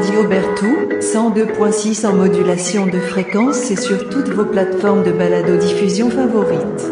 Radio Berthoud, 102.6 en modulation de fréquence et sur toutes vos plateformes de balado-diffusion favorites.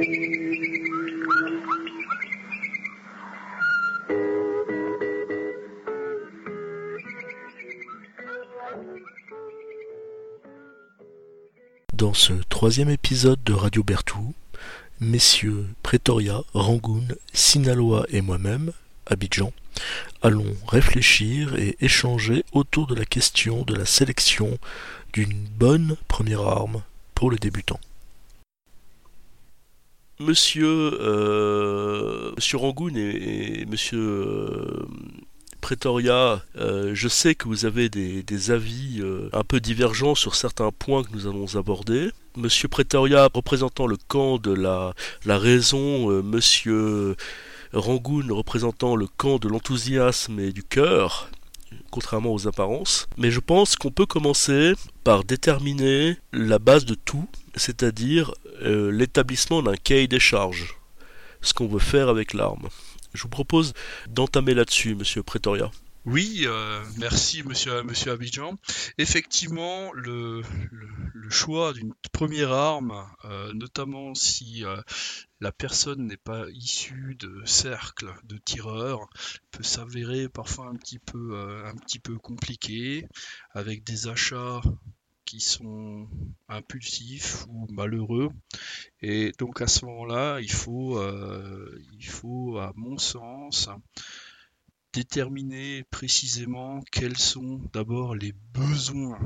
Dans ce troisième épisode de Radio Berthoud, messieurs Pretoria, Rangoon, Sinaloa et moi-même, Abidjan, allons réfléchir et échanger autour de la question de la sélection d'une bonne première arme pour le débutant. Monsieur Rangoon et Monsieur Pretoria, je sais que vous avez des avis un peu divergents sur certains points que nous allons aborder. Monsieur Pretoria représentant le camp de la raison, Monsieur Rangoon représentant le camp de l'enthousiasme et du cœur, contrairement aux apparences. Mais je pense qu'on peut commencer par déterminer la base de tout, c'est-à-dire l'établissement d'un cahier des charges, ce qu'on veut faire avec l'arme. Je vous propose d'entamer là-dessus, Monsieur Pretoria. Oui, merci Monsieur Abidjan. Effectivement, le choix d'une première arme, notamment si la personne n'est pas issue de cercle de tireurs, peut s'avérer parfois un petit peu compliqué, avec des achats qui sont impulsifs ou malheureux. Et donc à ce moment-là, il faut, à mon sens, déterminer précisément quels sont d'abord les besoins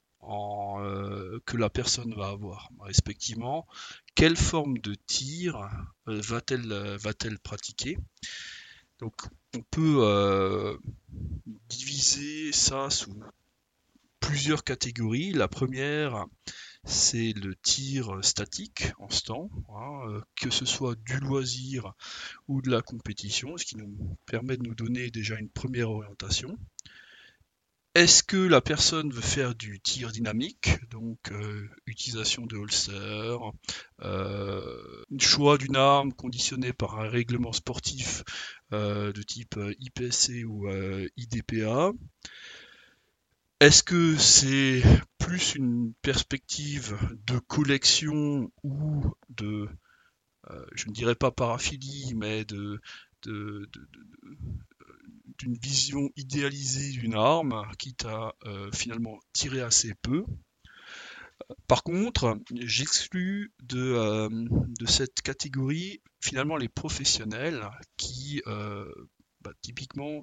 que la personne va avoir, respectivement, quelle forme de tir va-t-elle pratiquer. Donc on peut diviser ça sous plusieurs catégories. La première, c'est le tir statique en stand, que ce soit du loisir ou de la compétition, ce qui nous permet de nous donner déjà une première orientation. Est-ce que la personne veut faire du tir dynamique, donc utilisation de holster, choix d'une arme conditionnée par un règlement sportif de type IPSC ou IDPA? Est-ce que c'est plus une perspective de collection ou de, je ne dirais pas paraphilie, mais d'une vision idéalisée d'une arme, quitte à finalement tirer assez peu? Par contre, j'exclus de cette catégorie finalement les professionnels qui typiquement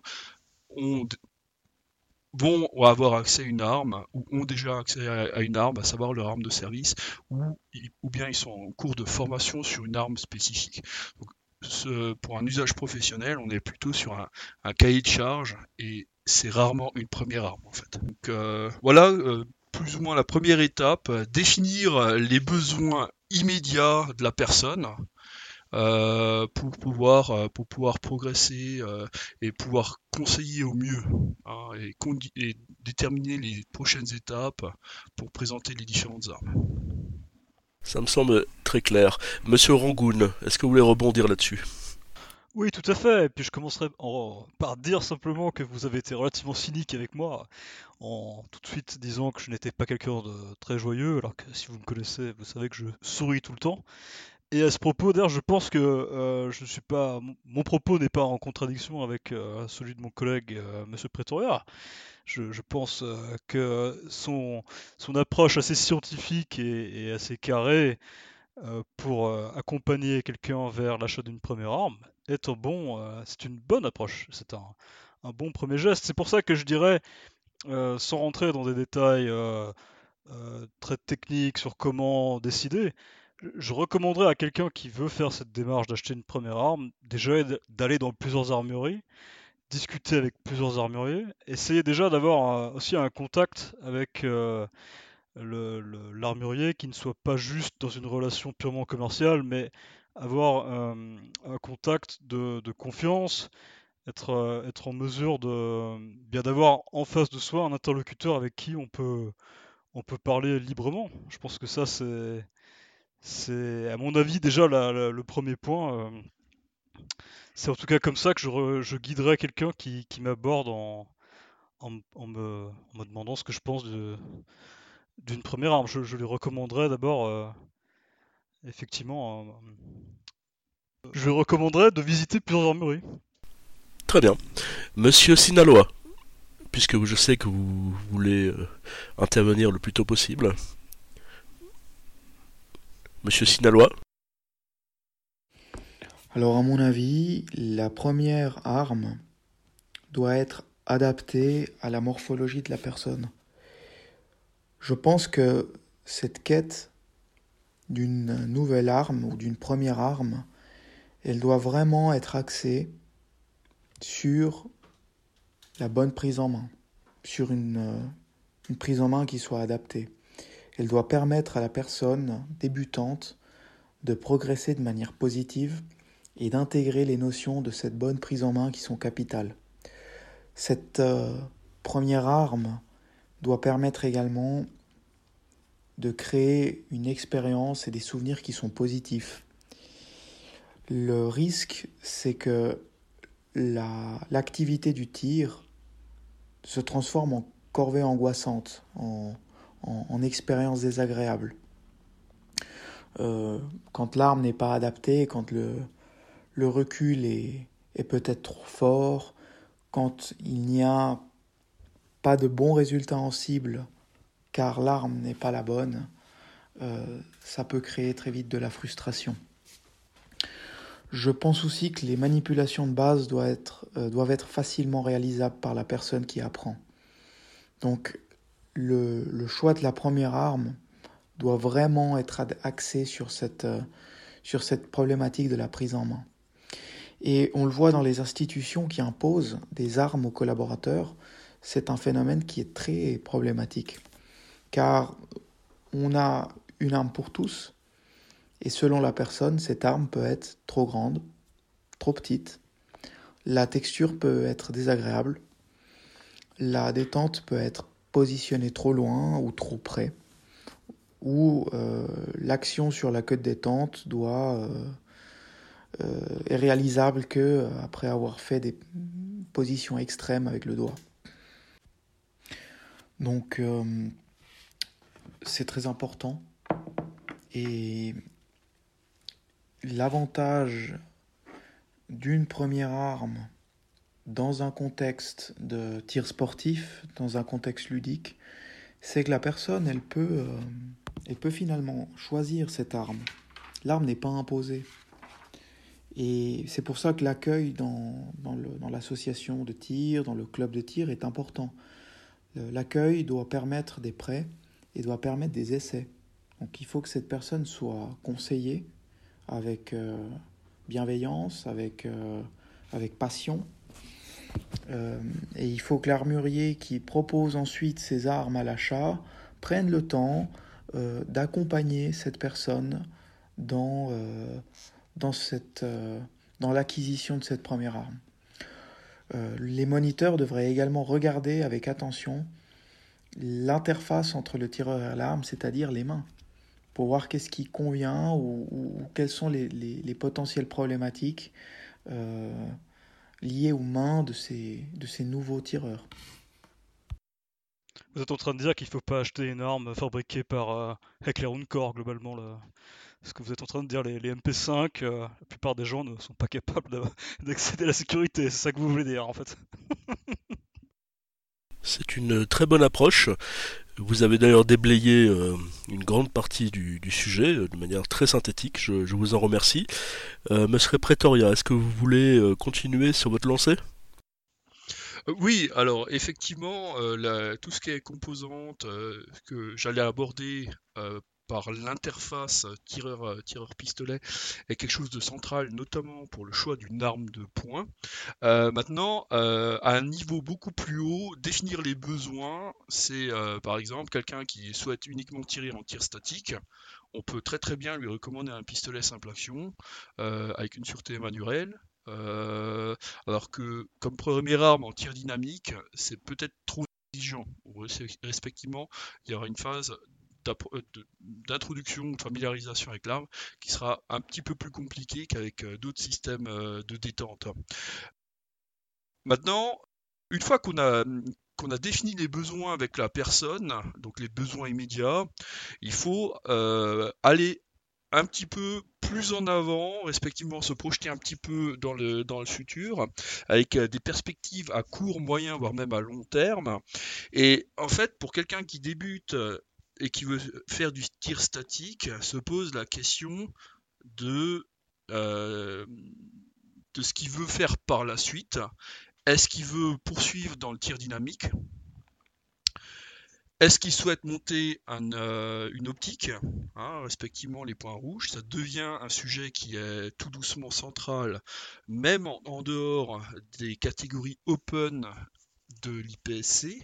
vont avoir accès à une arme, ou ont déjà accès à une arme, à savoir leur arme de service, ou bien ils sont en cours de formation sur une arme spécifique. Donc, pour un usage professionnel, on est plutôt sur un cahier de charge, et c'est rarement une première arme en fait. Donc voilà, plus ou moins la première étape, définir les besoins immédiats de la personne, pour pouvoir progresser et pouvoir conseiller au mieux, et déterminer les prochaines étapes pour présenter les différentes armes. Ça me semble très clair. Monsieur Rangoon, est-ce que vous voulez rebondir là-dessus ? Oui, tout à fait. Et puis je commencerai par dire simplement que vous avez été relativement cynique avec moi, en tout de suite disant que je n'étais pas quelqu'un de très joyeux, alors que si vous me connaissez, vous savez que je souris tout le temps. Et à ce propos, d'ailleurs, je pense que je ne suis pas, mon propos n'est pas en contradiction avec celui de mon collègue Monsieur Pretoria. Je pense que son approche assez scientifique et assez carrée pour accompagner quelqu'un vers l'achat d'une première arme c'est une bonne approche. C'est un bon premier geste. C'est pour ça que je dirais, sans rentrer dans des détails très techniques sur comment décider, je recommanderais à quelqu'un qui veut faire cette démarche d'acheter une première arme, déjà d'aller dans plusieurs armureries, discuter avec plusieurs armuriers, essayer déjà d'avoir aussi un contact avec l'armurier qui ne soit pas juste dans une relation purement commerciale, mais avoir un contact de confiance, être en mesure bien d'avoir en face de soi un interlocuteur avec qui on peut parler librement. Je pense que ça, c'est à mon avis déjà le premier point. C'est en tout cas comme ça que je guiderais quelqu'un qui m'aborde en me demandant ce que je pense d'une première arme. Je lui recommanderais d'abord, effectivement, je lui recommanderais de visiter plusieurs armureries. Très bien. Monsieur Sinaloa, puisque je sais que vous voulez intervenir le plus tôt possible. Monsieur Sinaloa. Alors à mon avis, la première arme doit être adaptée à la morphologie de la personne. Je pense que cette quête d'une nouvelle arme ou d'une première arme, elle doit vraiment être axée sur la bonne prise en main, sur une prise en main qui soit adaptée. Elle doit permettre à la personne débutante de progresser de manière positive et d'intégrer les notions de cette bonne prise en main qui sont capitales. Cette première arme doit permettre également de créer une expérience et des souvenirs qui sont positifs. Le risque, c'est que l'activité du tir se transforme en corvée angoissante, en expérience désagréable. Quand l'arme n'est pas adaptée, quand le recul est peut-être trop fort, quand il n'y a pas de bons résultats en cible, car l'arme n'est pas la bonne, ça peut créer très vite de la frustration. Je pense aussi que les manipulations de base doivent être facilement réalisables par la personne qui apprend. Donc le choix de la première arme doit vraiment être axé sur cette problématique de la prise en main. Et on le voit dans les institutions qui imposent des armes aux collaborateurs, c'est un phénomène qui est très problématique. Car on a une arme pour tous, et selon la personne, cette arme peut être trop grande, trop petite, la texture peut être désagréable, la détente peut être positionnée trop loin ou trop près, ou l'action sur la queue de détente est réalisable que après avoir fait des positions extrêmes avec le doigt. Donc c'est très important, et l'avantage d'une première arme dans un contexte de tir sportif, dans un contexte ludique, c'est que la personne, elle peut finalement choisir cette arme. L'arme n'est pas imposée. Et c'est pour ça que l'accueil dans l'association de tir, dans le club de tir est important. L'accueil doit permettre des prêts et doit permettre des essais. Donc il faut que cette personne soit conseillée avec bienveillance, avec passion. Et il faut que l'armurier qui propose ensuite ses armes à l'achat prenne le temps d'accompagner cette personne dans l'acquisition de cette première arme. Les moniteurs devraient également regarder avec attention l'interface entre le tireur et l'arme, c'est-à-dire les mains, pour voir qu'est-ce qui convient ou quelles sont les potentielles problématiques liées aux mains de ces nouveaux tireurs. Vous êtes en train de dire qu'il ne faut pas acheter une arme fabriquée par Heckler & Koch, globalement. Là. Ce que vous êtes en train de dire, les MP5, la plupart des gens ne sont pas capables d'accéder à la sécurité. C'est ça que vous voulez dire, en fait. C'est une très bonne approche. Vous avez d'ailleurs déblayé une grande partie du sujet de manière très synthétique. Je vous en remercie. Monsieur Pretoria, est-ce que vous voulez continuer sur votre lancée ? Oui, alors effectivement, tout ce qui est composante que j'allais aborder par l'interface tireur-pistolet est quelque chose de central, notamment pour le choix d'une arme de poing. Maintenant, à un niveau beaucoup plus haut, définir les besoins, c'est par exemple quelqu'un qui souhaite uniquement tirer en tir statique. On peut très très bien lui recommander un pistolet simple action avec une sûreté manuelle. Alors que comme première arme en tir dynamique, c'est peut-être trop exigeant. Respectivement, il y aura une phase d'introduction, de familiarisation avec l'arme qui sera un petit peu plus compliquée qu'avec d'autres systèmes de détente. Maintenant, une fois qu'on a qu'on a défini les besoins avec la personne, donc les besoins immédiats, il faut aller un petit peu plus en avant, respectivement se projeter un petit peu dans le futur, avec des perspectives à court, moyen, voire même à long terme. Et en fait, pour quelqu'un qui débute et qui veut faire du tir statique, se pose la question de, euh, de ce qu'il veut faire par la suite. Est-ce qu'il veut poursuivre dans le tir dynamique? Est-ce qu'il souhaite monter une optique, respectivement les points rouges? Ça devient un sujet qui est tout doucement central, même en dehors des catégories open de l'IPSC.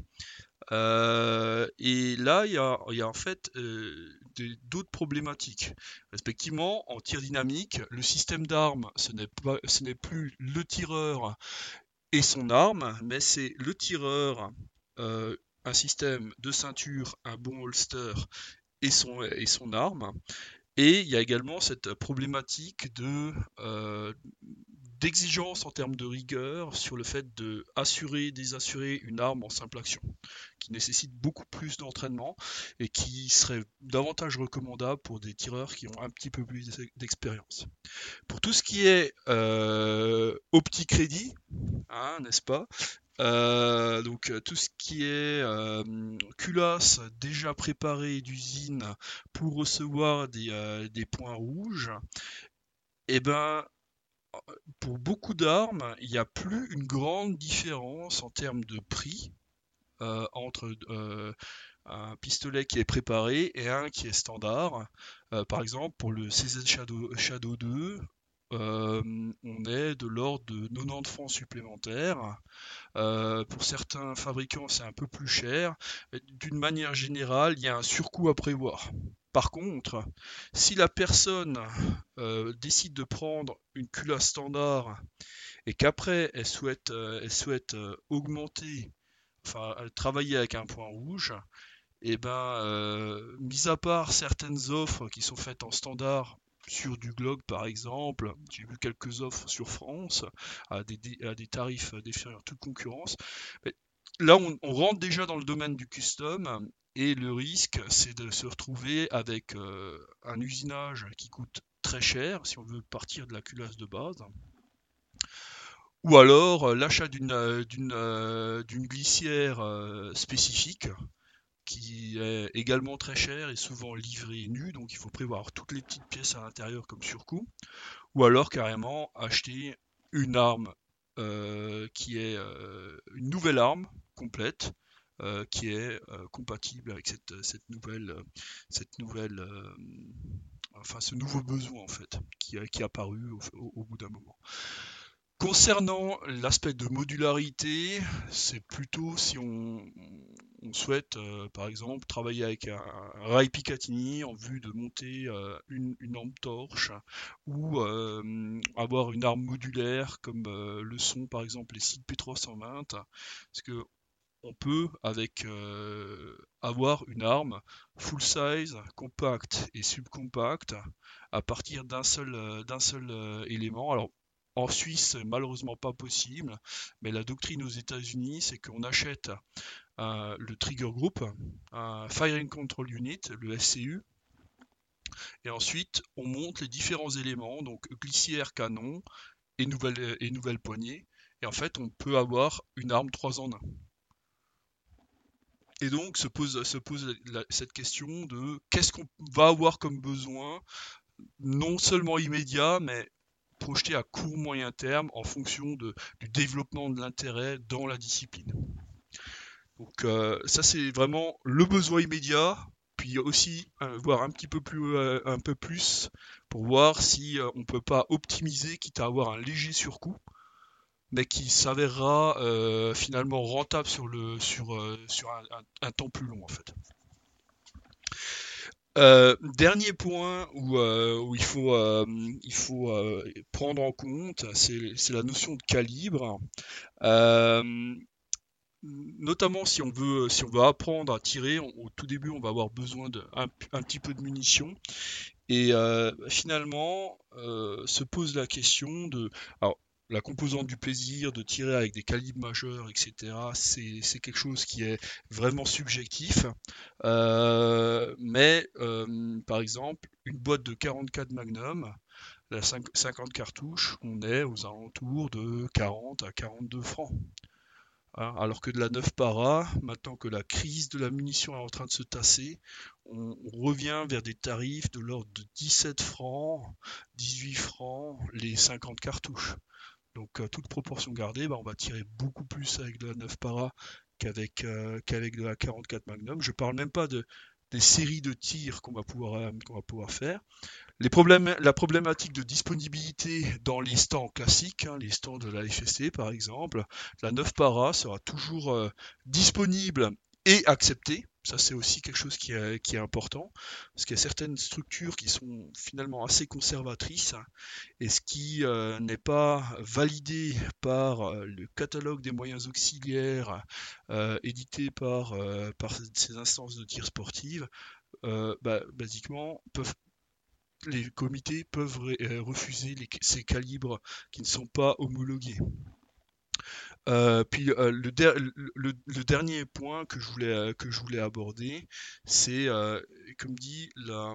Et là, il y a en fait d'autres problématiques. Respectivement, en tir dynamique, le système d'armes, ce n'est plus le tireur et son arme, mais c'est le tireur, un système de ceinture, un bon holster et son arme. Et il y a également cette problématique d'exigence en termes de rigueur sur le fait de assurer, désassurer une arme en simple action, qui nécessite beaucoup plus d'entraînement et qui serait davantage recommandable pour des tireurs qui ont un petit peu plus d'expérience. Pour tout ce qui est OptiCrédit, n'est-ce pas? Donc tout ce qui est culasse déjà préparée d'usine pour recevoir des points rouges, et ben pour beaucoup d'armes, il n'y a plus une grande différence en termes de prix entre un pistolet qui est préparé et un qui est standard. Par exemple, pour le CZ Shadow 2, on est de l'ordre de 90 francs supplémentaires. Pour certains fabricants, c'est un peu plus cher. D'une manière générale, il y a un surcoût à prévoir. Par contre, si la personne décide de prendre une culasse standard et qu'après elle souhaite augmenter, enfin travailler avec un point rouge, et mis à part certaines offres qui sont faites en standard sur du Glock par exemple, j'ai vu quelques offres sur France à des tarifs défiant toute concurrence. Mais là, on rentre déjà dans le domaine du custom et le risque, c'est de se retrouver avec un usinage qui coûte très cher si on veut partir de la culasse de base. Ou alors l'achat d'une glissière spécifique qui est également très cher et souvent livré nu, donc il faut prévoir toutes les petites pièces à l'intérieur comme surcoût, ou alors carrément acheter une arme qui est une nouvelle arme complète qui est compatible avec cette nouvelle enfin ce nouveau besoin en fait qui est apparu au bout d'un moment. Concernant l'aspect de modularité, c'est plutôt si on souhaite par exemple travailler avec un rail Picatinny en vue de monter une lampe torche ou avoir une arme modulaire comme le sont par exemple les SIG P320, parce que on peut avec avoir une arme full size, compact et subcompact à partir d'un seul élément. Alors en Suisse, c'est malheureusement pas possible, mais la doctrine aux États-Unis, c'est qu'on achète le Trigger Group, un Firing Control Unit, le FCU, et ensuite on monte les différents éléments, donc glissière, canon et nouvelle poignée, et en fait on peut avoir une arme 3 en 1. Et donc se pose cette question de qu'est-ce qu'on va avoir comme besoin, non seulement immédiat, mais projeté à court moyen terme en fonction du développement de l'intérêt dans la discipline. Donc ça c'est vraiment le besoin immédiat, puis aussi voir un peu plus pour voir si on peut pas optimiser, quitte à avoir un léger surcoût, mais qui s'avérera finalement rentable sur un temps plus long en fait. Dernier point où il faut prendre en compte, c'est la notion de calibre. Notamment si on veut apprendre à tirer, au tout début on va avoir besoin d'un petit peu de munitions. Et finalement se pose la question de... Alors, la composante du plaisir de tirer avec des calibres majeurs, etc., c'est quelque chose qui est vraiment subjectif. Mais par exemple, une boîte de 44 Magnum, la 50 cartouches, on est aux alentours de 40 à 42 francs. Hein, alors que de la 9 para, maintenant que la crise de la munition est en train de se tasser, on revient vers des tarifs de l'ordre de 17 francs, 18 francs, les 50 cartouches. Donc toute proportion gardée, bah, on va tirer beaucoup plus avec de la 9 para qu'avec de la 44 Magnum. Je parle même pas des séries de tirs qu'on va pouvoir faire. La problématique de disponibilité dans les stands classiques, hein, les stands de la FSC par exemple, la 9 para sera toujours disponible et acceptée. Ça, c'est aussi quelque chose qui est important, parce qu'il y a certaines structures qui sont finalement assez conservatrices, hein, et ce qui n'est pas validé par le catalogue des moyens auxiliaires édité par ces instances de tir sportives, basiquement, les comités peuvent refuser ces calibres qui ne sont pas homologués. Puis le dernier point que je voulais aborder, c'est, comme dit,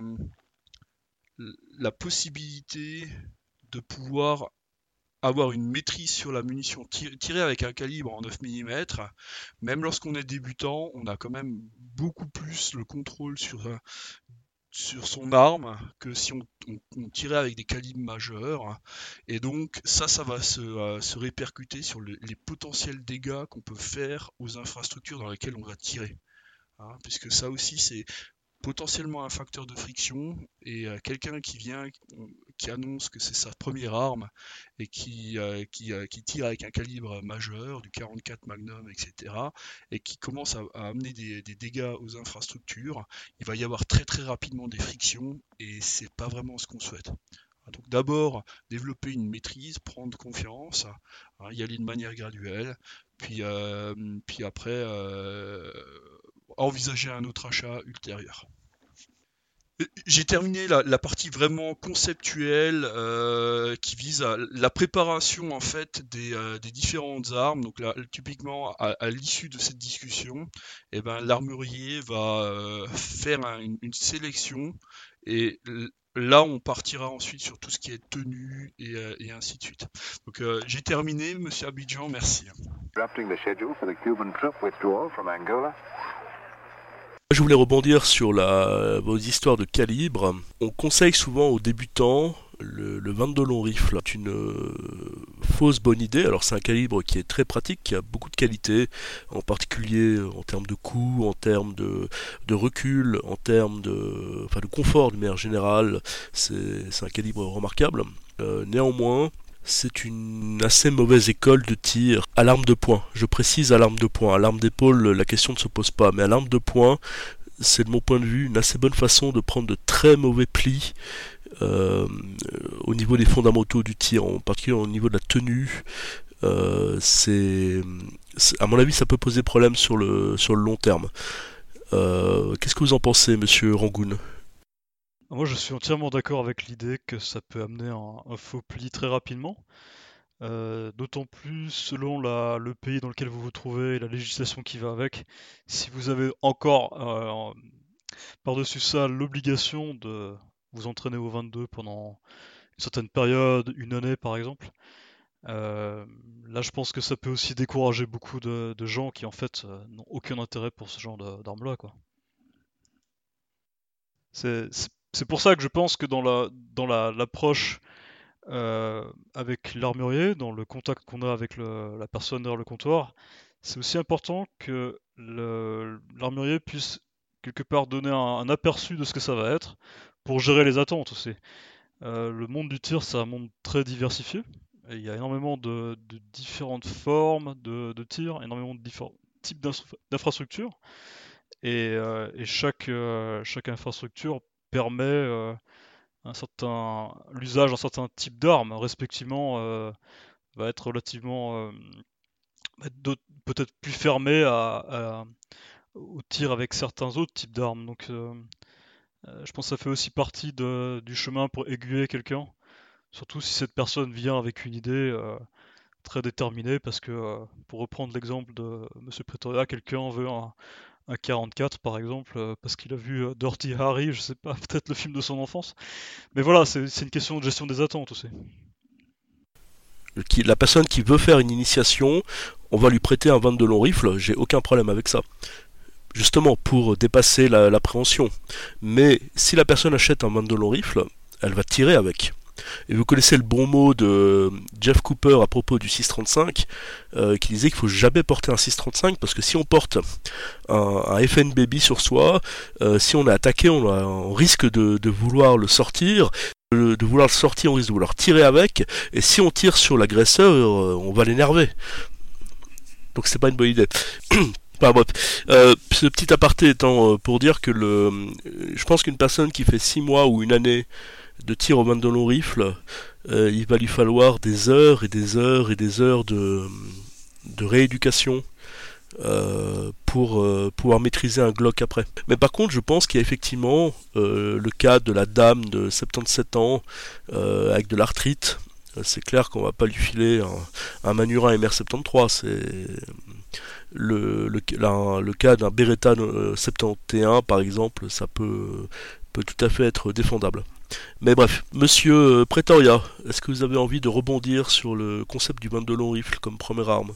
la possibilité de pouvoir avoir une maîtrise sur la munition. Tirer avec un calibre en 9 mm, même lorsqu'on est débutant, on a quand même beaucoup plus le contrôle sur son arme que si on tirait avec des calibres majeurs. Et donc ça va se répercuter sur les potentiels dégâts qu'on peut faire aux infrastructures dans lesquelles on va tirer. Hein, puisque ça aussi c'est potentiellement un facteur de friction, et quelqu'un qui annonce que c'est sa première arme et qui tire avec un calibre majeur, du 44 Magnum, etc., et qui commence à amener des dégâts aux infrastructures, il va y avoir très très rapidement des frictions, et c'est pas vraiment ce qu'on souhaite. Donc d'abord, développer une maîtrise, prendre confiance, hein, y aller de manière graduelle, puis après envisager un autre achat ultérieur. J'ai terminé la partie vraiment conceptuelle qui vise à la préparation en fait des différentes armes. Donc là, typiquement à l'issue de cette discussion, eh ben, l'armurier va faire une sélection, et là on partira ensuite sur tout ce qui est tenue et ainsi de suite. Donc j'ai terminé, Monsieur Abidjan, merci. Je voulais rebondir sur vos histoires de calibre. On conseille souvent aux débutants le 22 long rifle. C'est une fausse bonne idée. Alors c'est un calibre qui est très pratique, qui a beaucoup de qualités, en particulier en termes de coût, en termes de recul, en termes de confort de manière générale. C'est un calibre remarquable. Néanmoins, c'est une assez mauvaise école de tir à l'arme de poing. Je précise à l'arme de poing. À l'arme d'épaule, la question ne se pose pas. Mais à l'arme de poing, c'est de mon point de vue une assez bonne façon de prendre de très mauvais plis au niveau des fondamentaux du tir, en particulier au niveau de la tenue. À mon avis, ça peut poser problème sur le long terme. Qu'est-ce que vous en pensez, monsieur Rangoon ? Moi, je suis entièrement d'accord avec l'idée que ça peut amener un faux pli très rapidement. D'autant plus selon le pays dans lequel vous vous trouvez et la législation qui va avec. Si vous avez encore par-dessus ça l'obligation de vous entraîner au 22 pendant une certaine période, une année par exemple, là je pense que ça peut aussi décourager beaucoup de gens qui en fait n'ont aucun intérêt pour ce genre d'armes-là, quoi. C'est pour ça que je pense que dans l'approche avec l'armurier, dans le contact qu'on a avec la personne derrière le comptoir, c'est aussi important que l'armurier puisse quelque part donner un aperçu de ce que ça va être pour gérer les attentes aussi. Le monde du tir, c'est un monde très diversifié. Et il y a énormément de différentes formes de tir, énormément de différents types d'infrastructures. Et chaque infrastructure permet l'usage d'un certain type d'armes, respectivement, va être relativement peut-être plus fermé au tir avec certains autres types d'armes. Donc je pense que ça fait aussi partie du chemin pour aiguiller quelqu'un, surtout si cette personne vient avec une idée. très déterminé parce que, pour reprendre l'exemple de Monsieur Pretoria, quelqu'un veut un 44 par exemple, parce qu'il a vu Dirty Harry, je sais pas, peut-être le film de son enfance. Mais voilà, c'est une question de gestion des attentes aussi. La personne qui veut faire une initiation, on va lui prêter un 22 long rifle, j'ai aucun problème avec ça. Justement, pour dépasser l'appréhension. Mais si la personne achète un 22 long rifle, elle va tirer avec. Et vous connaissez le bon mot de Jeff Cooper à propos du 635, qui disait qu'il faut jamais porter un 635 parce que si on porte un FN Baby sur soi, si on est attaqué, on risque de vouloir le sortir. De vouloir le sortir, on risque de vouloir tirer avec, et si on tire sur l'agresseur, on va l'énerver. Donc c'est pas une bonne idée. Enfin, bref. Ce petit aparté étant pour dire que je pense qu'une personne qui fait 6 mois ou une année de tir au 22 long rifle, il va lui falloir des heures et des heures et des heures de rééducation pour pouvoir maîtriser un Glock après. Mais par contre, je pense qu'il y a effectivement le cas de la dame de 77 ans avec de l'arthrite. C'est clair qu'on va pas lui filer un Manura MR73. C'est le cas d'un Beretta 71 par exemple, ça peut tout à fait être défendable. Mais bref, Monsieur Pretoria, est-ce que vous avez envie de rebondir sur le concept du 22 long rifle comme première arme?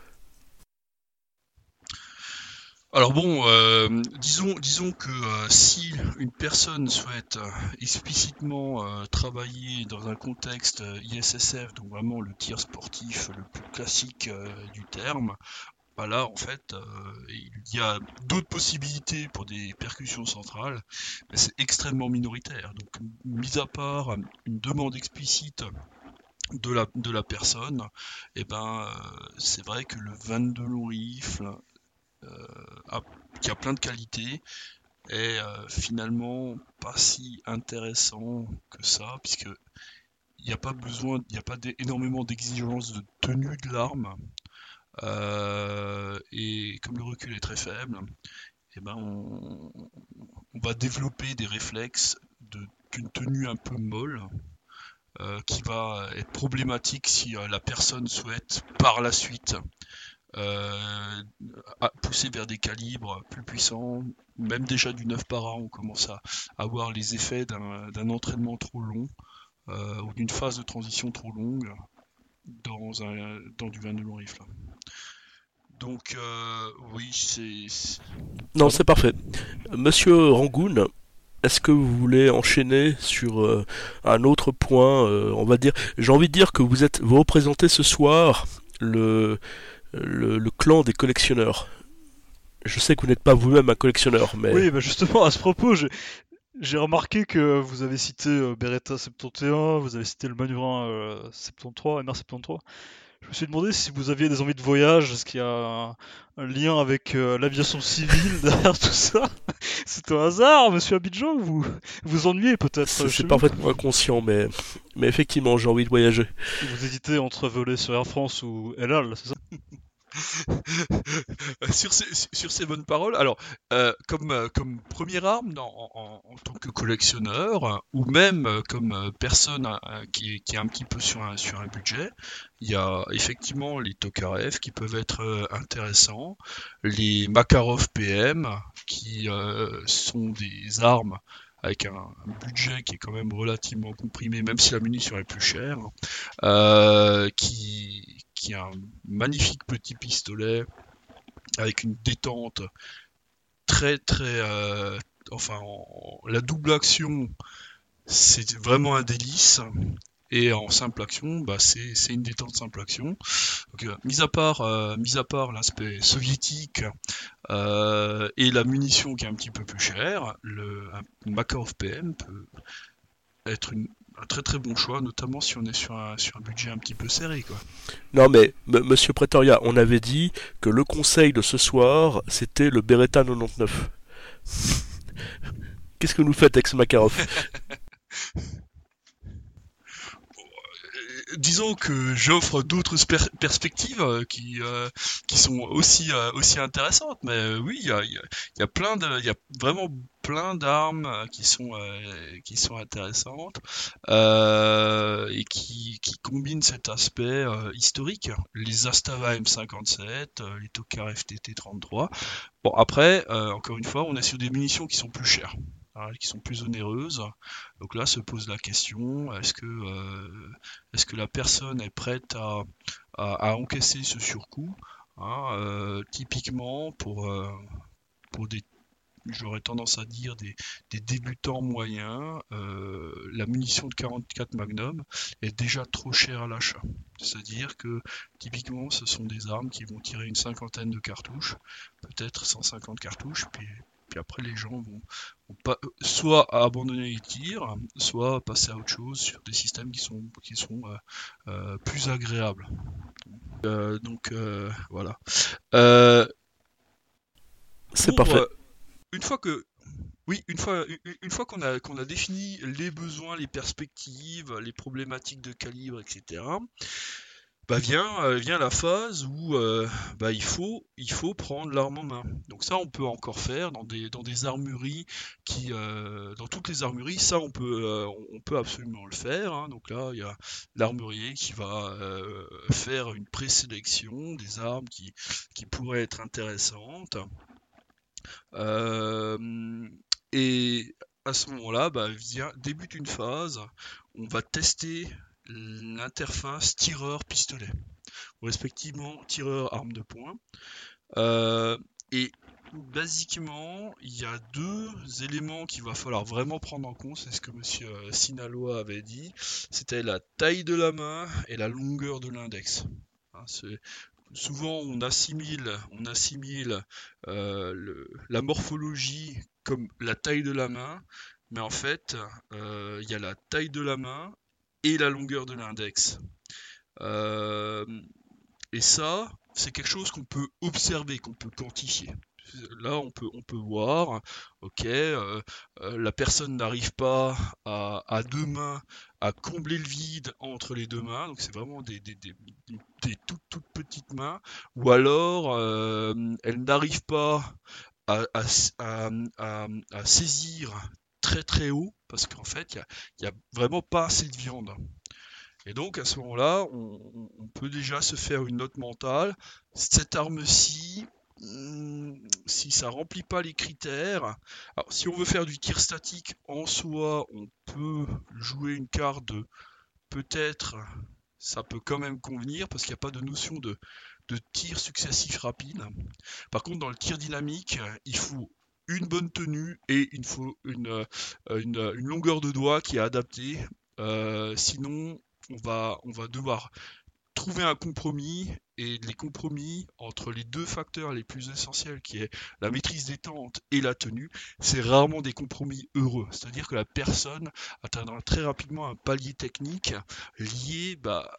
Alors bon, disons que si une personne souhaite explicitement travailler dans un contexte ISSF, donc vraiment le tir sportif le plus classique du terme, bah là en fait il y a d'autres possibilités pour des percussions centrales, mais c'est extrêmement minoritaire. Donc mis à part une demande explicite de la personne, et c'est vrai que le 22 long rifle qui a plein de qualités, est finalement pas si intéressant que ça, puisque il n'y a pas énormément d'exigences de tenue de l'arme, et comme le recul est très faible, on va développer des réflexes d'une tenue un peu molle, qui va être problématique si la personne souhaite par la suite pousser vers des calibres plus puissants. Même déjà du 9 para, on commence à avoir les effets d'un entraînement trop long, ou d'une phase de transition trop longue dans du 22 long rifle. Donc oui, c'est... Non, c'est parfait. Monsieur Rangoon, est-ce que vous voulez enchaîner sur un autre point, on va dire, j'ai envie de dire que vous représentez ce soir le clan des collectionneurs. Je sais que vous n'êtes pas vous-même un collectionneur, mais... Oui, justement, à ce propos, j'ai remarqué que vous avez cité Beretta 71, vous avez cité le Manura 73, MR73. Je me suis demandé si vous aviez des envies de voyage, est-ce qu'il y a un lien avec l'aviation civile derrière tout ça? C'est un hasard, monsieur Abidjan, ou vous ennuyez peut-être C'est parfaitement inconscient, mais effectivement, j'ai envie de voyager. Vous hésitez entre voler sur Air France ou El Al, c'est ça? Sur ces bonnes paroles, alors comme première arme en tant que collectionneur, ou même comme personne qui est un petit peu sur un budget, il y a effectivement les Tokarev qui peuvent être intéressants, les Makarov PM qui sont des armes avec un budget qui est quand même relativement comprimé, même si la munition est plus chère, qui a un magnifique petit pistolet avec une détente très très la double action, c'est vraiment un délice, et en simple action, c'est une détente simple action. Donc, mis à part l'aspect soviétique et la munition qui est un petit peu plus chère, un Makarov PM peut être un très très bon choix, notamment si on est sur un budget un petit peu serré, quoi. Non mais, monsieur Pretoria, on avait dit que le conseil de ce soir, c'était le Beretta 99. Qu'est-ce que nous faites avec ce Makarov? Disons que j'offre d'autres perspectives qui sont aussi intéressantes, mais oui, il y a vraiment plein d'armes qui sont intéressantes. et qui combine cet aspect historique, les Astava M57, les Tokar FTT 33. Bon, après, encore une fois, on est sur des munitions qui sont plus chères, hein, qui sont plus onéreuses. Donc là se pose la question, est-ce que la personne est prête à encaisser ce surcoût, hein, typiquement pour des, j'aurais tendance à dire des débutants moyens, la munition de 44 Magnum est déjà trop chère à l'achat. C'est-à-dire que typiquement ce sont des armes qui vont tirer une cinquantaine de cartouches, peut-être 150 cartouches, puis après les gens vont pas, soit abandonner les tirs, soit passer à autre chose sur des systèmes qui sont plus agréables. Donc voilà. C'est parfait. Une fois qu'on a défini les besoins, les perspectives, les problématiques de calibre, etc., bah vient la phase où bah il faut prendre l'arme en main. Donc ça, on peut encore faire dans des armureries dans toutes les armureries, ça on peut absolument le faire, hein. Donc là, il y a l'armurier qui va faire une présélection des armes qui pourraient être intéressantes. Et à ce moment-là, bah, débute une phase, on va tester l'interface tireur-pistolet, respectivement tireur arme de poing. Et basiquement, il y a deux éléments qu'il va falloir vraiment prendre en compte, c'est ce que monsieur Sinaloa avait dit, c'était la taille de la main et la longueur de l'index. Hein, souvent on assimile la morphologie comme la taille de la main, mais en fait il y a la taille de la main et la longueur de l'index. Et ça, c'est quelque chose qu'on peut observer, qu'on peut quantifier. Là, on peut voir, ok, la personne n'arrive pas à deux mains à combler le vide entre les deux mains, donc c'est vraiment des toutes petites mains, ou alors elle n'arrive pas à saisir très très haut, parce qu'en fait, il y a vraiment pas assez de viande. Et donc à ce moment-là, on peut déjà se faire une note mentale. Cette arme-ci, si ça remplit pas les critères, alors si on veut faire du tir statique en soi, on peut jouer une carte de peut-être ça peut quand même convenir parce qu'il n'y a pas de notion de tir successif rapide. Par contre, dans le tir dynamique, il faut une bonne tenue et il faut une longueur de doigt qui est adaptée. Sinon, on va devoir trouver un compromis, et les compromis entre les deux facteurs les plus essentiels qui est la maîtrise des tentes et la tenue, c'est rarement des compromis heureux. C'est-à-dire que la personne atteindra très rapidement un palier technique lié à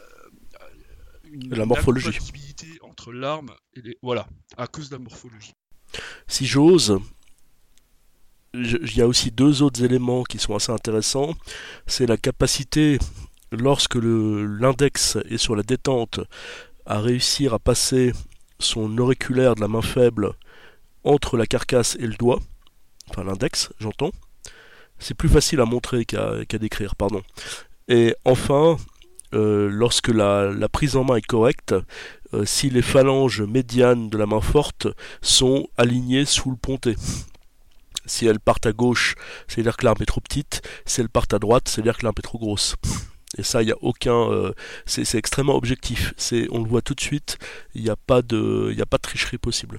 La morphologie. incompatibilité entre l'arme et voilà, à cause de la morphologie. Si j'ose, il y a aussi deux autres éléments qui sont assez intéressants. C'est la capacité, lorsque l'index est sur la détente, à réussir à passer son auriculaire de la main faible entre la carcasse et le doigt, enfin l'index, j'entends. C'est plus facile à montrer qu'à décrire, pardon. Et enfin, lorsque la prise en main est correcte, si les phalanges médianes de la main forte sont alignées sous le pontet. Si elles partent à gauche, c'est-à-dire que l'arme est trop petite. Si elles partent à droite, c'est-à-dire que l'arme est trop grosse. Et ça, il n'y a aucun... c'est extrêmement objectif. On le voit tout de suite, il n'y a pas de tricherie possible.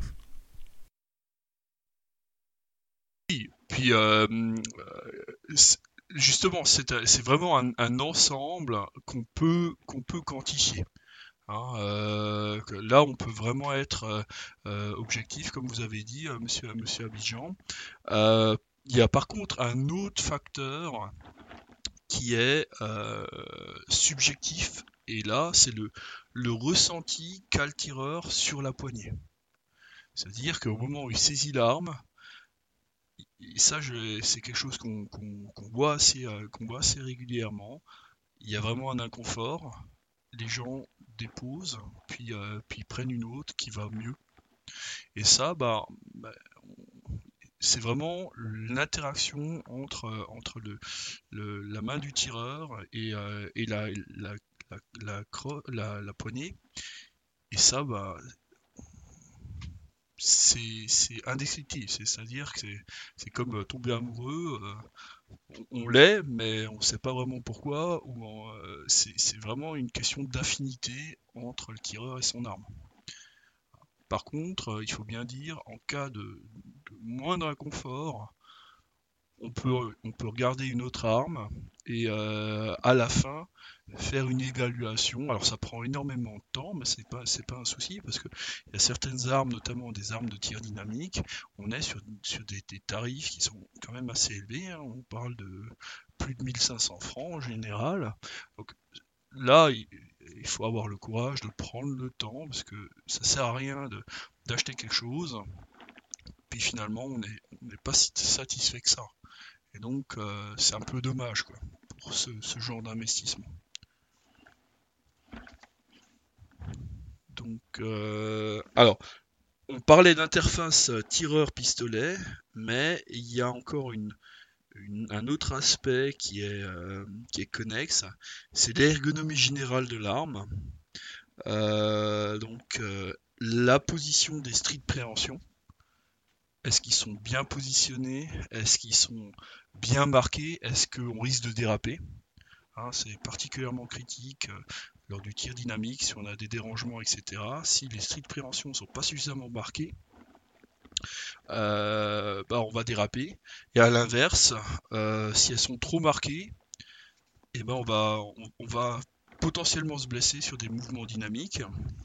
Puis justement, c'est vraiment un ensemble qu'on peut quantifier. Hein, là, on peut vraiment être objectif, comme vous avez dit, monsieur Abidjan. Il y a par contre un autre facteur qui est subjectif, et là, c'est le ressenti qu'a le tireur sur la poignée. C'est-à-dire qu'au moment où il saisit l'arme, et ça, c'est quelque chose qu'on voit assez régulièrement. Il y a vraiment un inconfort. Les gens déposent, puis prennent une autre qui va mieux. Et ça, c'est vraiment l'interaction entre la main du tireur et la poignée. Et ça, c'est indescriptible. C'est-à-dire que c'est comme tomber amoureux. On l'est, mais on ne sait pas vraiment pourquoi. C'est vraiment une question d'affinité entre le tireur et son arme. Par contre, il faut bien dire, en cas de moindre inconfort, on peut regarder une autre arme et à la fin faire une évaluation. Alors ça prend énormément de temps, mais c'est pas un souci parce que il y a certaines armes, notamment des armes de tir dynamique, on est sur des tarifs qui sont quand même assez élevés, hein. On parle de plus de 1500 francs en général. Donc là, il faut avoir le courage de prendre le temps parce que ça sert à rien d'acheter quelque chose, puis finalement on n'est pas si satisfait que ça. Et donc c'est un peu dommage quoi, pour ce genre d'investissement. Donc alors, on parlait d'interface tireur-pistolet, mais il y a encore un autre aspect qui est connexe, c'est l'ergonomie générale de l'arme. La position des stries de préhension. Est-ce qu'ils sont bien positionnés? Est-ce qu'ils sont bien marqués? Est-ce qu'on risque de déraper? Hein, c'est particulièrement critique lors du tir dynamique, si on a des dérangements, etc. Si les stries de préhension ne sont pas suffisamment marquées, on va déraper. Et à l'inverse, si elles sont trop marquées, on va potentiellement se blesser sur des mouvements dynamiques.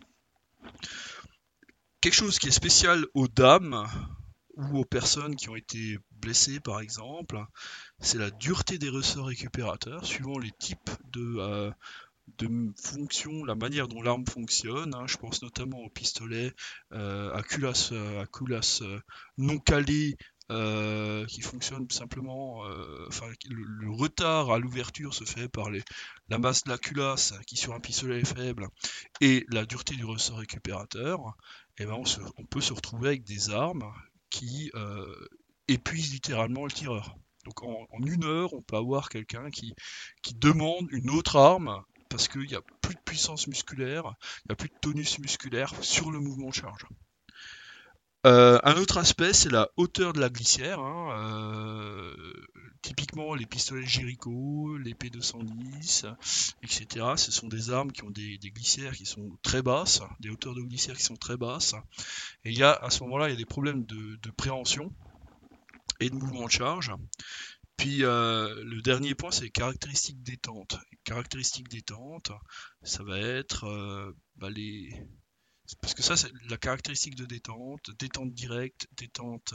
Quelque chose qui est spécial aux dames ou aux personnes qui ont été blessées par exemple, c'est la dureté des ressorts récupérateurs suivant les types de fonctions, la manière dont l'arme fonctionne, hein. Je pense notamment au pistolet à culasse non calé qui fonctionne simplement, le retard à l'ouverture se fait par la masse de la culasse qui sur un pistolet est faible et la dureté du ressort récupérateur. On peut se retrouver avec des armes qui épuisent littéralement le tireur. Donc en 1 heure, on peut avoir quelqu'un qui demande une autre arme parce qu'il n'y a plus de puissance musculaire, il n'y a plus de tonus musculaire sur le mouvement de charge. Un autre aspect, c'est la hauteur de la glissière, hein. Typiquement les pistolets Jericho, les P210, etc. Ce sont des armes qui ont des glissières qui sont très basses, des hauteurs de glissière qui sont très basses. Et à ce moment-là, il y a des problèmes de préhension et de mouvement de charge. Puis le dernier point, c'est les caractéristiques détente. Les caractéristiques détente, ça va être parce que ça, c'est la caractéristique de détente directe, détente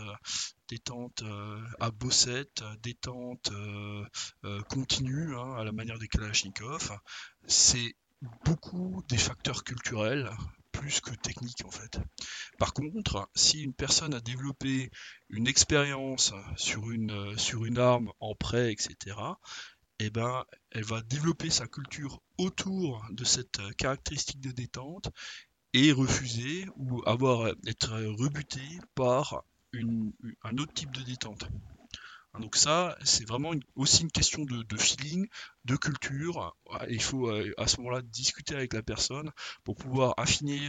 à bossette, détente continue, hein, à la manière des Kalachnikov. C'est beaucoup des facteurs culturels plus que techniques en fait. Par contre, si une personne a développé une expérience sur une arme en prêt, etc., elle va développer sa culture autour de cette caractéristique de détente et refuser ou être rebuté par un autre type de détente. Donc ça, c'est vraiment aussi une question de feeling, de culture. Il faut à ce moment-là discuter avec la personne pour pouvoir affiner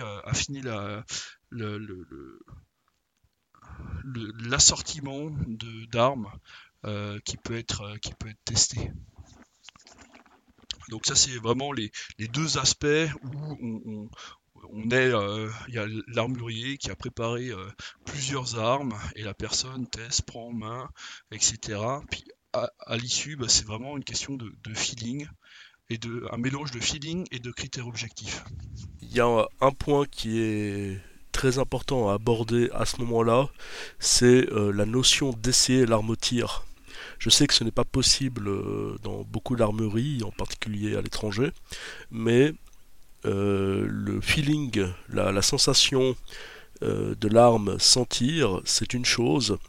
l'assortiment d'armes qui peut être testé. Donc ça, c'est vraiment les deux aspects où il y a l'armurier qui a préparé plusieurs armes et la personne teste, prend en main, etc. Puis à l'issue, c'est vraiment une question de feeling et un mélange de feeling et de critères objectifs. Il y a un point qui est très important à aborder à ce moment-là, c'est la notion d'essayer l'arme au tir. Je sais que ce n'est pas possible dans beaucoup d'armeries, en particulier à l'étranger, mais le feeling, la sensation de l'arme sans tir, c'est une chose.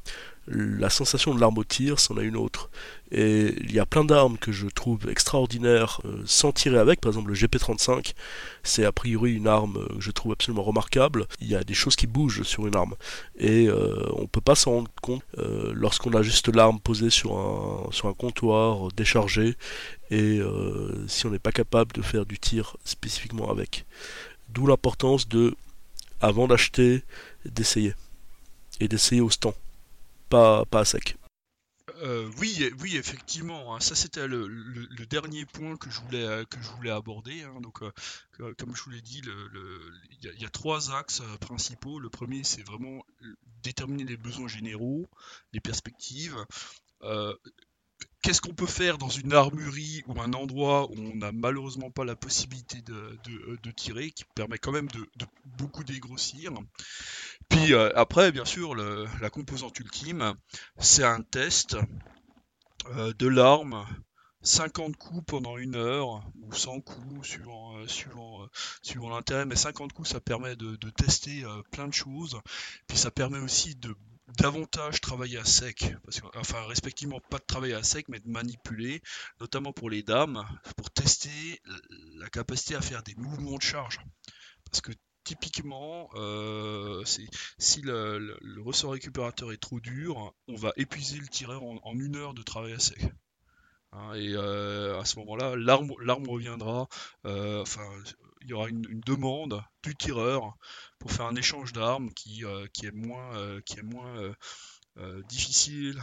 la sensation de l'arme au tir, c'en a une autre. Et il y a plein d'armes que je trouve extraordinaires sans tirer avec. Par exemple, le GP35, c'est a priori une arme que je trouve absolument remarquable. Il y a des choses qui bougent sur une arme. Et on peut pas s'en rendre compte lorsqu'on a juste l'arme posée sur un comptoir déchargé. Et si on n'est pas capable de faire du tir spécifiquement avec. D'où l'importance de, avant d'acheter, d'essayer. Et d'essayer au stand. Pas à sec. Oui, effectivement, hein. Ça c'était le dernier point que je voulais aborder, hein. Donc, comme je vous l'ai dit, il y a trois axes principaux. Le premier, c'est vraiment déterminer les besoins généraux, les perspectives. Euh, Qu'est-ce qu'on peut faire dans une armurerie ou un endroit où on n'a malheureusement pas la possibilité de tirer, qui permet quand même de beaucoup dégrossir. Puis après, bien sûr, la composante ultime, c'est un test de l'arme, 50 coups pendant 1 heure, ou 100 coups, suivant l'intérêt, mais 50 coups, ça permet de tester plein de choses, puis ça permet aussi de davantage travailler à sec, enfin respectivement pas de travailler à sec, mais de manipuler, notamment pour les dames, pour tester la capacité à faire des mouvements de charge. Parce que typiquement, si le ressort récupérateur est trop dur, on va épuiser le tireur en 1 heure de travail à sec. Hein, et à ce moment-là, l'arme reviendra. Enfin, il y aura une demande du tireur pour faire un échange d'armes qui est moins difficile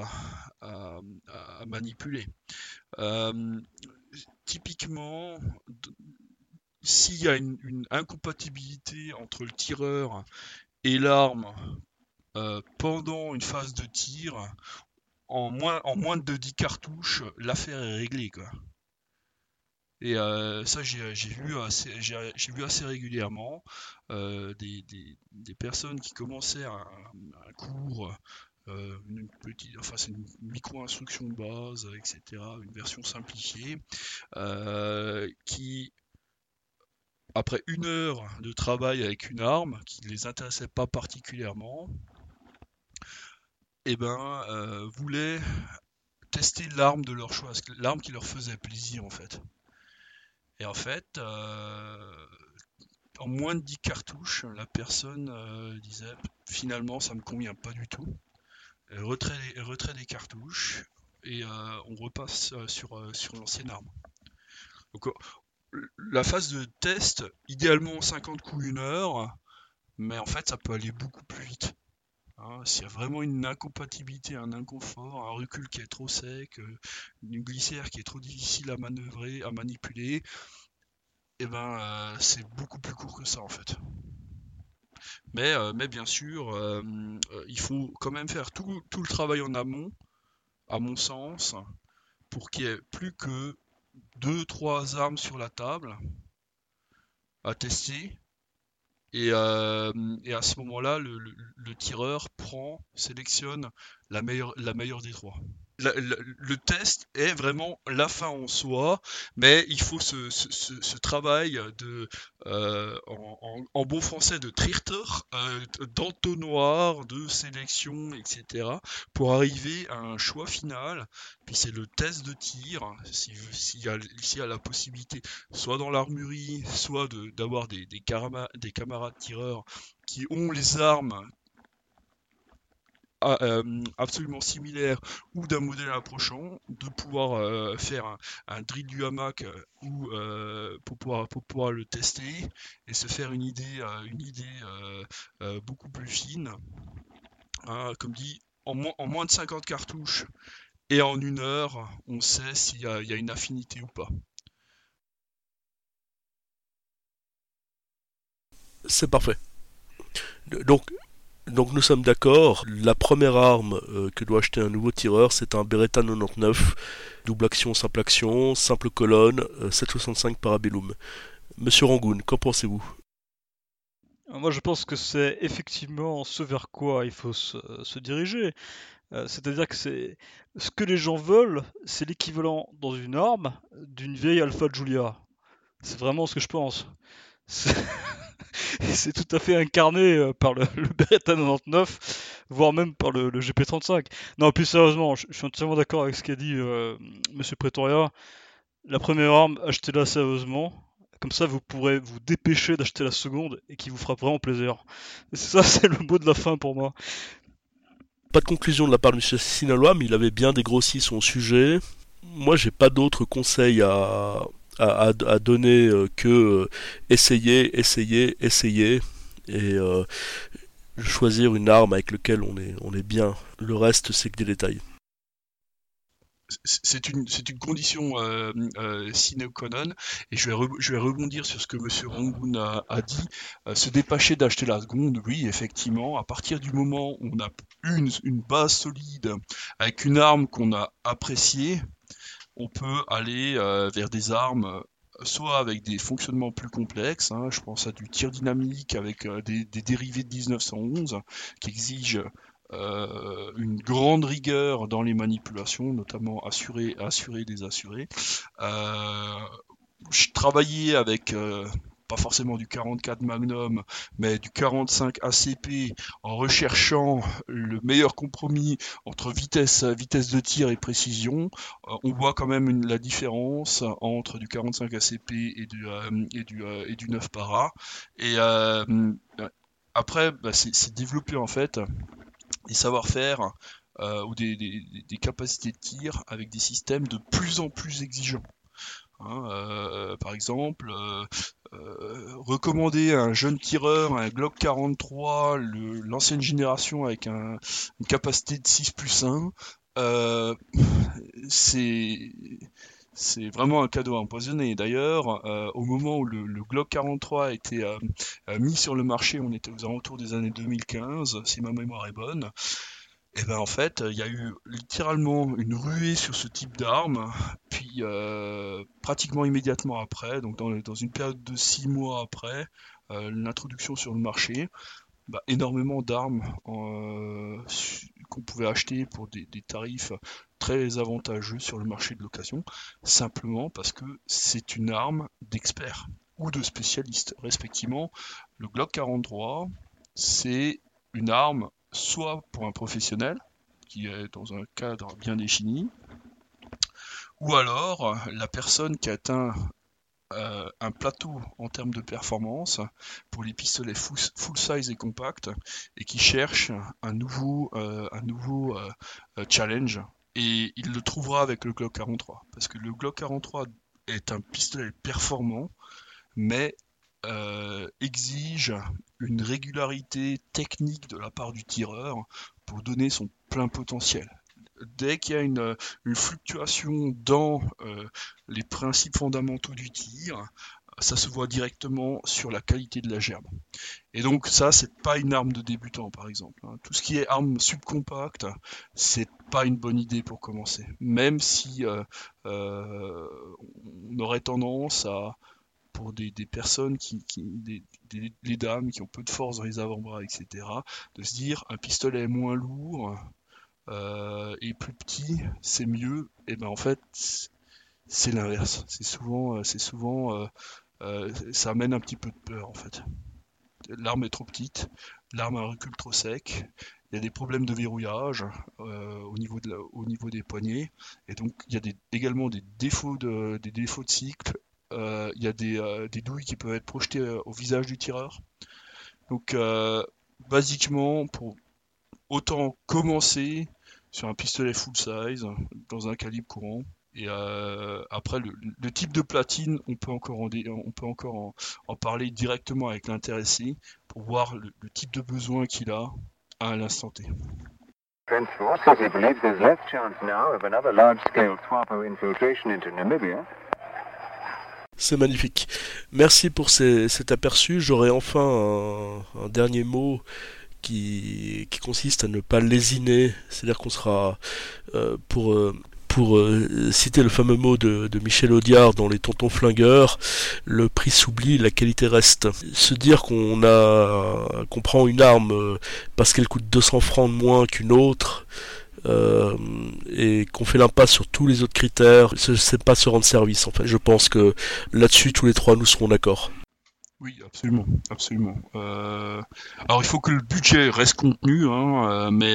à manipuler. Euh, Typiquement, s'il y a une incompatibilité entre le tireur et l'arme pendant une phase de tir, en moins de 10 cartouches, l'affaire est réglée, quoi. Et ça, j'ai vu assez régulièrement des personnes qui commençaient un cours, enfin c'est une micro-instruction de base, etc., une version simplifiée, qui après 1 heure de travail avec une arme qui ne les intéressait pas particulièrement, et voulaient tester l'arme de leur choix, l'arme qui leur faisait plaisir en fait. Et en fait, en moins de 10 cartouches, la personne disait finalement ça me convient pas du tout. Retrait des cartouches et on repasse sur l'ancienne arme. Donc la phase de test, idéalement 50 coups 1 heure, mais en fait ça peut aller beaucoup plus vite. Hein, s'il y a vraiment une incompatibilité, un inconfort, un recul qui est trop sec, une glissière qui est trop difficile à manœuvrer, à manipuler, et c'est beaucoup plus court que ça en fait. Mais bien sûr, il faut quand même faire tout le travail en amont, à mon sens, pour qu'il n'y ait plus que 2-3 armes sur la table à tester. Et à ce moment-là, le tireur sélectionne la meilleure des trois. Le test est vraiment la fin en soi, mais il faut ce travail en bon français de trichter, d'entonnoir, de sélection, etc. pour arriver à un choix final. Puis c'est le test de tir, s'il y a la possibilité, soit dans l'armurerie, soit d'avoir des camarades tireurs qui ont les armes absolument similaire ou d'un modèle approchant, de pouvoir faire un drill du hamac ou pour pouvoir le tester et se faire une idée beaucoup plus fine. Hein, comme dit, en moins de 50 cartouches et en 1 heure, on sait s'il y a une affinité ou pas. C'est parfait. Donc nous sommes d'accord, la première arme que doit acheter un nouveau tireur, c'est un Beretta 99, double action, simple colonne, 7,65 Parabellum. Monsieur Rangoon, qu'en pensez-vous? Moi, je pense que c'est effectivement ce vers quoi il faut se diriger. C'est-à-dire que c'est ce que les gens veulent, c'est l'équivalent dans une arme d'une vieille Alpha Giulia. C'est vraiment ce que je pense. C'est Et c'est tout à fait incarné par le Beretta 99, voire même par le GP35. Non, plus sérieusement, je suis entièrement d'accord avec ce qu'a dit Monsieur Pretoria. La première arme, achetez-la sérieusement. Comme ça, vous pourrez vous dépêcher d'acheter la seconde et qui vous fera vraiment plaisir. Et ça, c'est le mot de la fin pour moi. Pas de conclusion de la part de M. Sinaloa, mais il avait bien dégrossi son sujet. Moi, j'ai pas d'autres conseils à donner que essayer et choisir une arme avec laquelle on est bien. Le reste, c'est que des détails. C'est une condition sine qua non, et je vais rebondir sur ce que Monsieur Rangoon a dit. Se dépêcher d'acheter la seconde, oui, effectivement, à partir du moment où on a une base solide avec une arme qu'on a appréciée, on peut aller vers des armes soit avec des fonctionnements plus complexes, hein, je pense à du tir dynamique avec des dérivés de 1911 qui exigent une grande rigueur dans les manipulations, notamment assurer, désassurer. Je travaillais avec pas forcément du 44 Magnum, mais du 45 ACP en recherchant le meilleur compromis entre vitesse de tir et précision. On voit quand même la différence entre du 45 ACP et du 9 para. Et après, c'est développé en fait des savoir-faire ou des capacités de tir avec des systèmes de plus en plus exigeants. Hein, par exemple, recommander à un jeune tireur un Glock 43, l'ancienne génération avec une capacité de 6+1, c'est vraiment un cadeau empoisonné. D'ailleurs, au moment où le Glock 43 a été mis sur le marché, on était aux alentours des années 2015, si ma mémoire est bonne. Et ben en fait, il y a eu littéralement une ruée sur ce type d'arme, puis pratiquement immédiatement après, donc dans une période de 6 mois après l'introduction sur le marché, énormément d'armes qu'on pouvait acheter pour des tarifs très avantageux sur le marché de location, simplement parce que c'est une arme d'experts ou de spécialistes, respectivement. Le Glock 43, c'est une arme soit pour un professionnel, qui est dans un cadre bien défini, ou alors la personne qui atteint un plateau en termes de performance pour les pistolets full size et compact et qui cherche un nouveau challenge, et il le trouvera avec le Glock 43 parce que le Glock 43 est un pistolet performant mais exige une régularité technique de la part du tireur pour donner son plein potentiel. Dès qu'il y a une fluctuation dans les principes fondamentaux du tir, ça se voit directement sur la qualité de la gerbe. Et donc ça, c'est pas une arme de débutant, par exemple. Tout ce qui est arme subcompacte, c'est pas une bonne idée pour commencer. Même si on aurait tendance à, pour des personnes les dames qui ont peu de force dans les avant-bras, etc., de se dire un pistolet moins lourd et plus petit, c'est mieux. Et ben en fait, c'est l'inverse. C'est souvent ça amène un petit peu de peur en fait. L'arme est trop petite, l'arme a un recul trop sec, il y a des problèmes de verrouillage au niveau des poignets, et donc il y a également des défauts de cycle. Il y a des douilles qui peuvent être projetées au visage du tireur. Donc basiquement, pour autant commencer sur un pistolet full size dans un calibre courant. Et après le type de platine, on peut encore en parler directement avec l'intéressé pour voir le type de besoin qu'il a à l'instant T. Defense Force says he believes there's less chance now of another large-scale SWAPO infiltration into Namibia. C'est magnifique. Merci pour cet aperçu. J'aurai enfin un dernier mot qui consiste à ne pas lésiner. C'est-à-dire qu'on sera, pour citer le fameux mot de Michel Audiard dans Les Tontons Flingueurs, le prix s'oublie, la qualité reste. Se dire qu'on prend une arme parce qu'elle coûte 200 francs de moins qu'une autre, et qu'on fait l'impasse sur tous les autres critères, c'est pas se rendre service en fait. Je pense que là-dessus tous les trois nous serons d'accord. Oui, absolument, absolument. Alors il faut que le budget reste contenu, hein, mais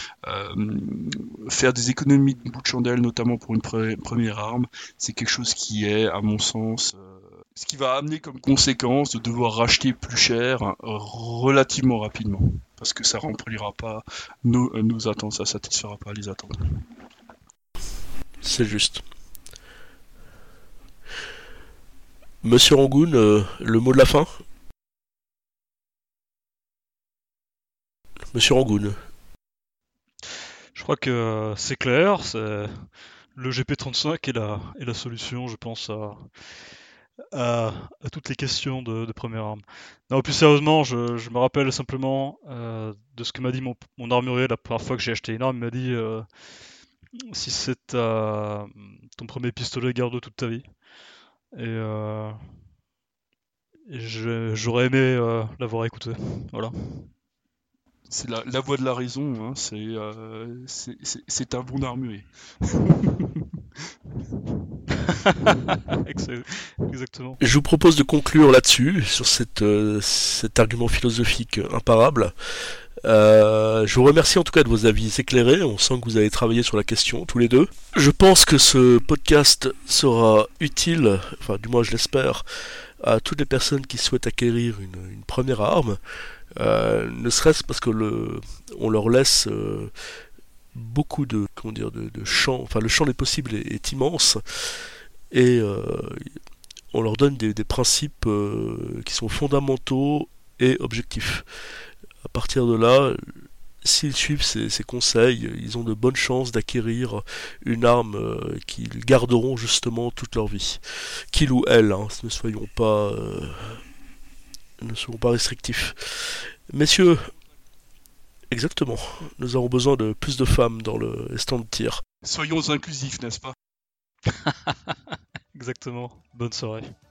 faire des économies de bout de chandelle, notamment pour une première arme, c'est quelque chose qui est, à mon sens, ce qui va amener comme conséquence de devoir racheter plus cher relativement rapidement, parce que ça remplira pas nos attentes, ça satisfera pas les attentes. C'est juste. Monsieur Rangoon, le mot de la fin? Monsieur Rangoon. Je crois que c'est clair, le GP35 est la solution, je pense, à toutes les questions de première arme. Non, plus sérieusement, je me rappelle simplement de ce que m'a dit mon armurier la première fois que j'ai acheté une arme. Il m'a dit si c'est ton premier pistolet, garde-le toute ta vie. Et j'aurais aimé l'avoir écouté. Voilà. C'est la voix de la raison, hein, c'est un bon armurier. Exactement. Je vous propose de conclure là-dessus, sur cet argument philosophique imparable. Je vous remercie en tout cas de vos avis éclairés. On sent que vous avez travaillé sur la question tous les deux. Je pense que ce podcast sera utile, enfin du moins je l'espère, à toutes les personnes qui souhaitent acquérir une première arme, ne serait-ce parce que on leur laisse beaucoup de champs, enfin le champ des possibles est immense, et on leur donne des principes qui sont fondamentaux et objectifs. À partir de là, s'ils suivent ces conseils, ils ont de bonnes chances d'acquérir une arme qu'ils garderont justement toute leur vie. Qu'ils ou elles, hein, ne soyons pas restrictifs. Messieurs, exactement, nous avons besoin de plus de femmes dans le stand de tir. Soyons inclusifs, n'est-ce pas? Exactement. Bonne soirée.